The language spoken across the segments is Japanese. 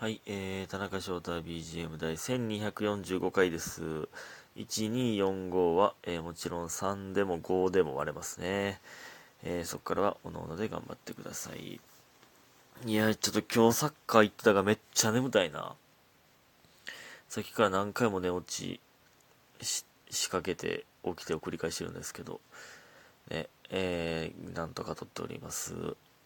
はい、田中翔太 BGM 第1245回です。1245は、もちろん3でも5でも割れますね。そこからはおのおので頑張ってください。いや、ちょっと今日サッカー行ってたがめっちゃ眠たいな。さっきから何回も寝落ち仕掛けて起きてを繰り返してるんですけど、ね、なんとか撮っております。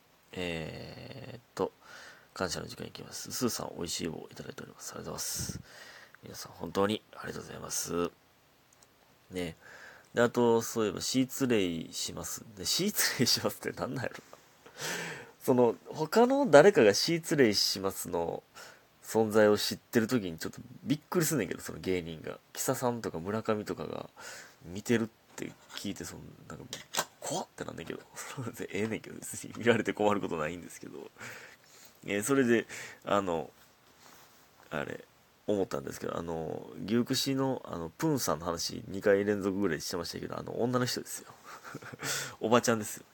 感謝の時間いきます。スーさん、美味しい棒をいただいております。ありがとうございます。皆さん、本当にありがとうございます。ね。で、あと、そういえば、シーツレイします。で、シーツレイしますってなんなんやろ。他の誰かがシーツレイしますの存在を知ってる時にちょっとびっくりすんねんけど、その芸人が。キサさんとか村上とかが見てるって聞いて、なんか、怖ってなんねんけど。ええねんけど、別に見られて困ることないんですけど。それで、あの、あれ、思ったんですけど、牛串の、プンさんの話2回連続ぐらいしてましたけど、女の人ですよ。おばちゃんですよ。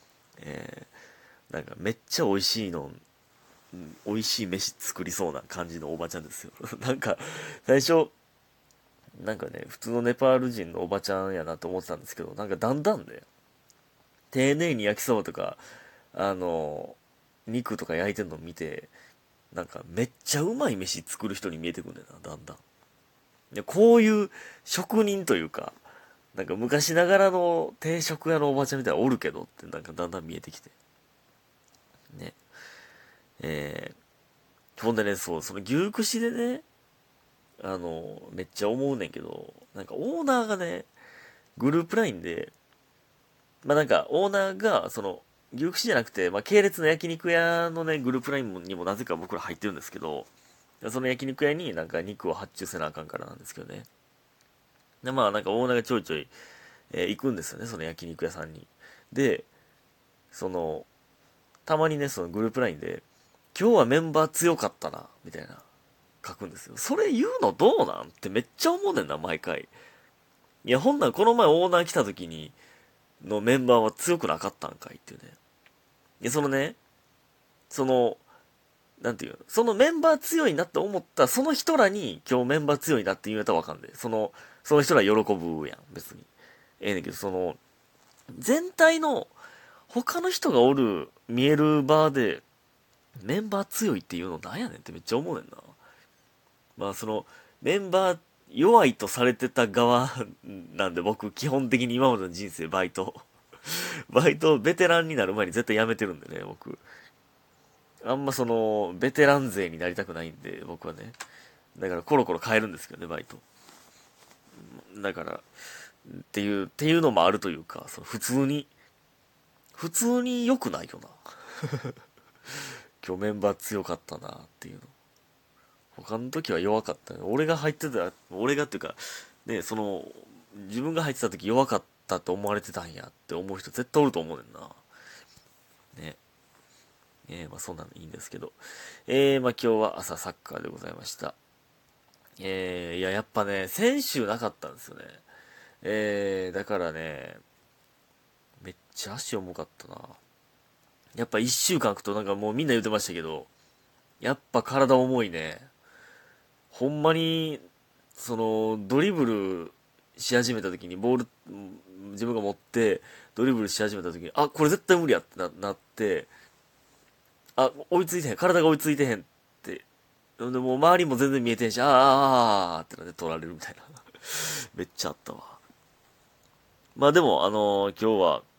なんかめっちゃ美味しいの、美味しい飯作りそうな感じのおばちゃんですよ。なんか、最初、なんかね、普通のネパール人のおばちゃんやなと思ってたんですけど、なんかだんだんね、丁寧に焼きそばとか、あの、肉とか焼いてるのを見て、なんかめっちゃうまい飯作る人に見えてくんだよな、だんだん。で、こういう職人というか、なんか昔ながらの定食屋のおばちゃんみたいなのおるけどってなんかだんだん見えてきて。ね。えほんでね、そう、その牛串でね、めっちゃ思うねんけど、なんかオーナーがね、グループラインで、まあなんかオーナーが、牛串じゃなくて、まあ系列の焼肉屋のね、グループラインにもなぜか僕ら入ってるんですけど、その焼肉屋になんか肉を発注せなあかんからなんですけどね。で、まあなんかオーナーがちょいちょい、行くんですよね、その焼肉屋さんに。で、その、たまにね、そのグループラインで、今日はメンバー強かったな、みたいな、書くんですよ。それ言うのどうなんってめっちゃ思うねんな、毎回。いや、ほんならこの前オーナー来た時に、のメンバーは強くなかったんかいっていうね。いや、その、なんていうの、そのメンバー強いなって思った、その人らに今日メンバー強いなって言うやったらわかんない。その人ら喜ぶやん、別に。ええねんけど、全体の他の人がおる、見えるバーで、メンバー強いっていうのなんやねんってめっちゃ思うねんな。まあメンバー弱いとされてた側なんで僕基本的に今までの人生バイトベテランになる前に絶対辞めてるんでね、僕。あんまベテラン勢になりたくないんで、僕はね。だからコロコロ変えるんですけどね、バイト。だから、っていうのもあるというか、普通に良くないよな。今日メンバー強かったなっていうの。他の時は弱かったね。俺がっていうか、ね、自分が入ってた時弱かったと思われてたんやって思う人絶対おると思うねんな。ね。まあそんなのいいんですけど。まあ今日は朝サッカーでございました。いや、やっぱね、先週なかったんですよね。だからね、めっちゃ足重かったな。やっぱ一週間空くとなんかもうみんな言ってましたけど、やっぱ体重いね。ほんまに、ドリブルし始めた時に、ボール、自分が持って、ドリブルし始めた時に、あ、これ絶対無理やってなって、あ、追いついてへん、体が追いついてへんって。でも周りも全然見えてへんし、あーってなって取られるみたいな。めっちゃあったわ。まあでも、今日は、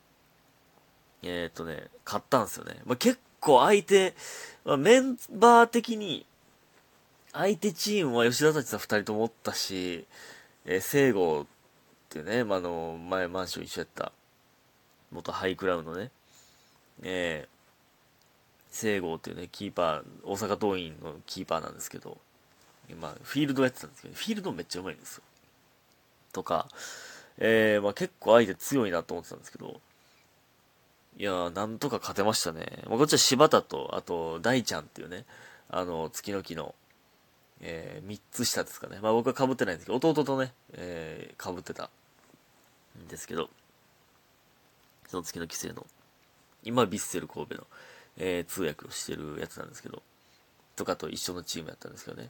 勝ったんですよね。まあ結構まあ、メンバー的に、相手チームは吉田たちさん二人ともおったし、聖郷っていうね、まあ、前マンション一緒やった、元ハイクラウンのね、え聖郷っていうね、キーパー、大阪桐蔭のキーパーなんですけど、まあ、フィールドやってたんですけど、フィールドめっちゃうまいんですよ。とか、まあ結構相手強いなと思ってたんですけど、いやー、なんとか勝てましたね。まあ、こっちは柴田と、あと、大ちゃんっていうね、月の木の、三つ下ですかね。まあ僕は被ってないんですけど、弟とね、被ってたんですけど、その月の規制の、今はビッセル神戸の、通訳をしてるやつなんですけど、 とかと一緒のチームやったんですけどね。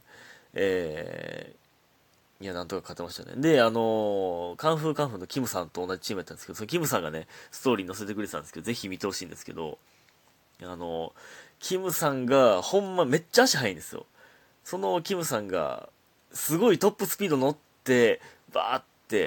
いや、なんとか勝てましたね。で、カンフーカンフーのキムさんと同じチームやったんですけど、そのキムさんがね、ストーリー載せてくれてたんですけど、ぜひ見てほしいんですけど、キムさんがほんまめっちゃ足速いんですよ。そのキムさんが、すごいトップスピード乗って、バーって、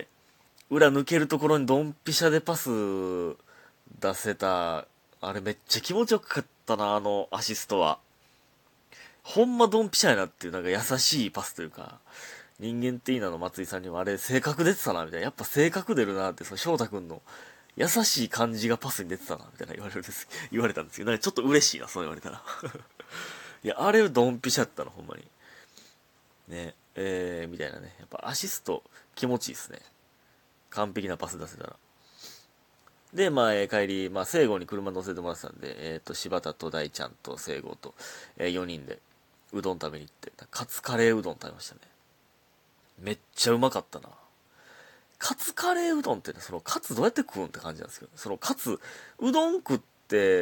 裏抜けるところにドンピシャでパス出せた、あれめっちゃ気持ちよかったな、あのアシストは。ほんまドンピシャやなっていう、なんか優しいパスというか、人間っていいなの松井さんにもあれ性格出てたな、みたいな。やっぱ性格出るなって、その翔太くんの優しい感じがパスに出てたな、みたいな言われたんですけど、なんかちょっと嬉しいな、そう言われたら。いや、あれドンピシャやったな、ほんまに。ね、みたいなね。やっぱアシスト気持ちいいですね。完璧なパス出せたら。で、まあ、帰り、まあ、聖郷に車乗せてもらってたんで、柴田と大ちゃんと聖郷と、4人で、うどん食べに行って、カツカレーうどん食べましたね。めっちゃうまかったな。カツカレーうどんってね、そのカツどうやって食うんって感じなんですけど、そのカツ、うどん食って、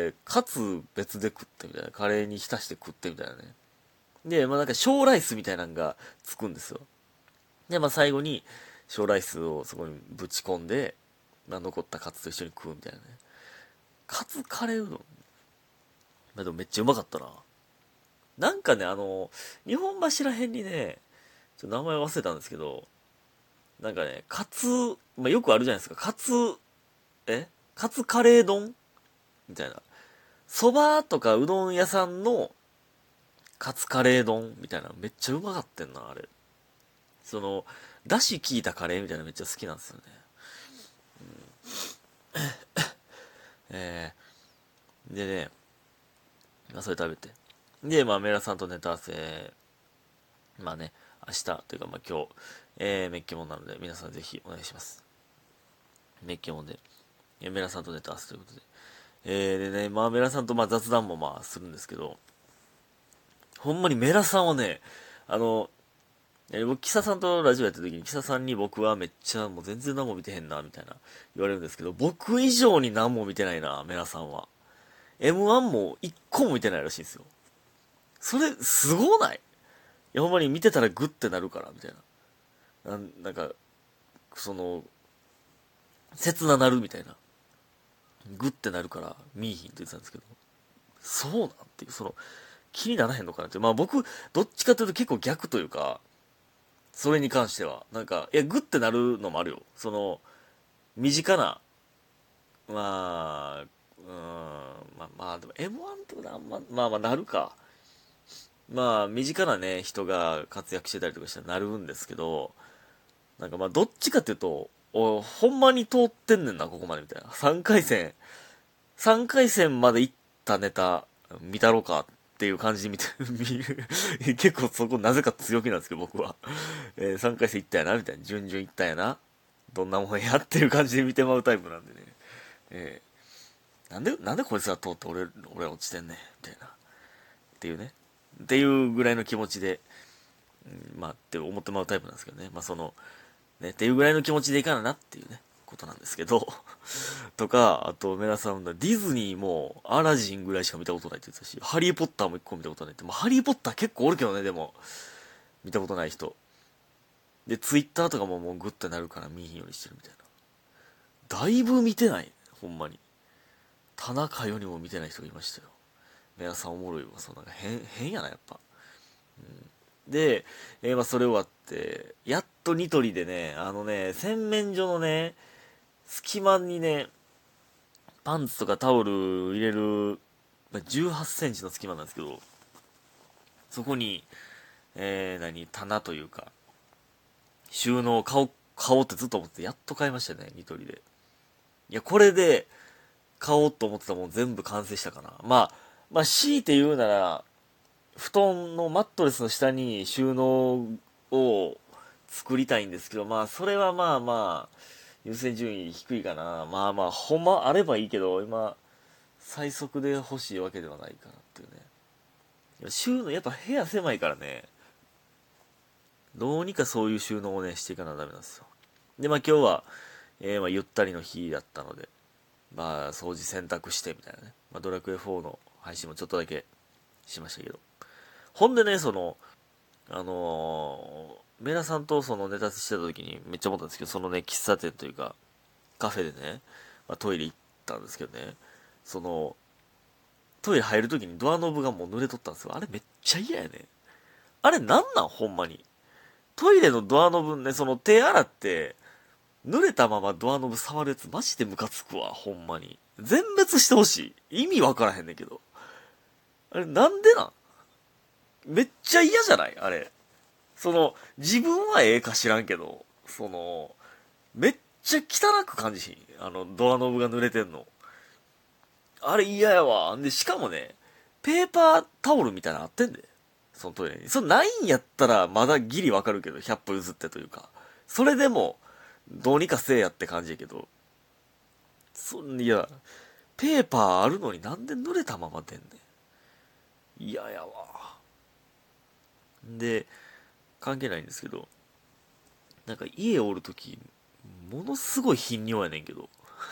カツ別で食ってみたいな、カレーに浸して食ってみたいなね。で、まあなんか小ライスみたいなのがつくんですよ。で、まあ最後に小ライスをそこにぶち込んで、まあ残ったカツと一緒に食うみたいなね。カツカレーうどん。まあでもめっちゃうまかったな。なんかね、日本橋ら辺にね、ちょっと名前忘れたんですけど、なんかね、カツ、まあよくあるじゃないですか。カツカレー丼みたいな。蕎麦とかうどん屋さんのカツカレー丼みたいな。めっちゃうまかったんな、あれ。その、だし効いたカレーみたいなのめっちゃ好きなんですよね。でね、まあ、それ食べて。で、まあ、メラさんとネタ合わせ、まあね、明日というか、まあ今日、メッキモンなので、皆さんぜひお願いします。メッキモンで、メラさんとネタ合わせということで。でね、まあ、メラさんとまあ雑談もまあするんですけど、ほんまにメラさんはね、あの、僕、キサさんとラジオやった時に、キサさんに僕はめっちゃもう全然何も見てへんな、みたいな言われるんですけど、僕以上に何も見てないな、メラさんは。M1 も1個も見てないらしいんですよ。それ、すごない？いや、ほんまに見てたらグッてなるから、みたいな。なんか、その、切ななるみたいな。グッてなるから、見いひんって言ってたんですけど、そうなんていう、その、気にならへんのかなって。まあ僕、どっちかというと結構逆というか、それに関しては。なんか、いや、グッてなるのもあるよ。その、身近な、まあ、でも M1 とかあんま、まあまあなるか。まあ、身近なね、人が活躍してたりとかしたらなるんですけど、なんかまあ、どっちかっていうと、ほんまに通ってんねんな、ここまでみたいな。3回戦まで行ったネタ、見たろかっていう感じで見て、結構そこなぜか強気なんですけど、僕は。3回戦行ったやな、みたいな。順々行ったやな。どんなもんやっていう感じで見てまうタイプなんでね。なんでこいつが通って俺落ちてんねん、みたいな。っていうね。っていうぐらいの気持ちで、まあって思ってまうタイプなんですけどね。まあその、ね、っていうぐらいの気持ちでいかななっていうね、ことなんですけど。とか、あと、メラさんのディズニーもアラジンぐらいしか見たことないって言ってたし、ハリーポッターも一個見たことないって。まあ、ハリーポッター結構おるけどね、でも。見たことない人。で、ツイッターとかももうグッてなるから見えひんようにしてるみたいな。だいぶ見てない。ほんまに。田中よりも見てない人がいましたよ。メラさんおもろいわ。そうなんか変やな、やっぱ。で、まあそれ終わって、やっとニトリでね、洗面所のね、隙間にね、パンツとかタオル入れる、まあ、18センチの隙間なんですけど、そこに、棚というか、収納を買おうってずっと思って、やっと買いましたね、ニトリで。いや、これで、買おうと思ってたもん全部完成したかな。まあ、強いて言うなら、布団のマットレスの下に収納を作りたいんですけど、まあ、それはまあまあ、優先順位低いかな。まあまあ、ほんまあればいいけど、今、最速で欲しいわけではないかなっていうね。いや収納、やっぱ部屋狭いからね、どうにかそういう収納をね、していかなダメなんですよ。で、まあ今日は、まあゆったりの日だったので、まあ掃除洗濯してみたいなね。まあドラクエ4の配信もちょっとだけしましたけど、 ほんでね、メラさんとそのネタしてた時にめっちゃ思ったんですけど、そのね、喫茶店というか、カフェでね、まあ、トイレ行ったんですけどね、その、トイレ入る時にドアノブがもう濡れとったんですよ。あれめっちゃ嫌やね。あれなんなんほんまに。トイレのドアノブね、その手洗って、濡れたままドアノブ触るやつマジでムカつくわ、ほんまに。全滅してほしい。意味わからへんねんけど。あれなんでなんめっちゃ嫌じゃないあれ。自分はええか知らんけど、めっちゃ汚く感じひん。ドアノブが濡れてんの。あれ嫌やわ。で、しかもね、ペーパータオルみたいなのあってんで。そのトイレに。ないんやったらまだギリわかるけど、100歩譲ってというか。それでも、どうにかせえやって感じやけど。いや、ペーパーあるのになんで濡れたまま出んねん。嫌やわ。で、関係ないんですけど、なんか家おるとき、ものすごい頻尿やねんけど。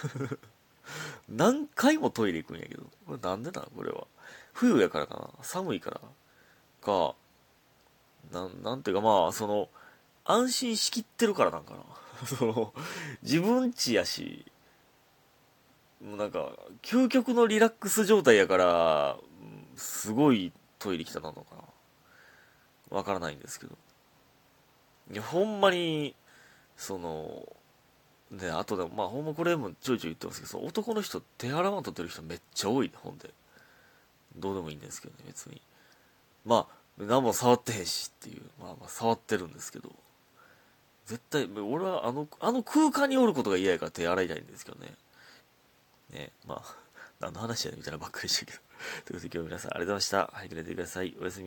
何回もトイレ行くんやけど。これなんでなんこれは。冬やからかな寒いからか、なんていうかまあ、安心しきってるからなんかな。自分家やし、もうなんか、究極のリラックス状態やから、すごいトイレ来たなのかな。わからないんですけど。いや、ほんまに、その、で、あとでも、まあほんまこれもちょいちょい言ってますけど、男の人手洗わんとってる人めっちゃ多いね、ほんで。どうでもいいんですけどね、別に。まあ、何も触ってへんしっていう、まあ触ってるんですけど、絶対、俺はあの空間におることが嫌やから手洗いたいんですけどね。ね、まあ、何の話やねんみたいなばっかりしたけど。ということで今日皆さんありがとうございました。早く寝てください。おやすみ。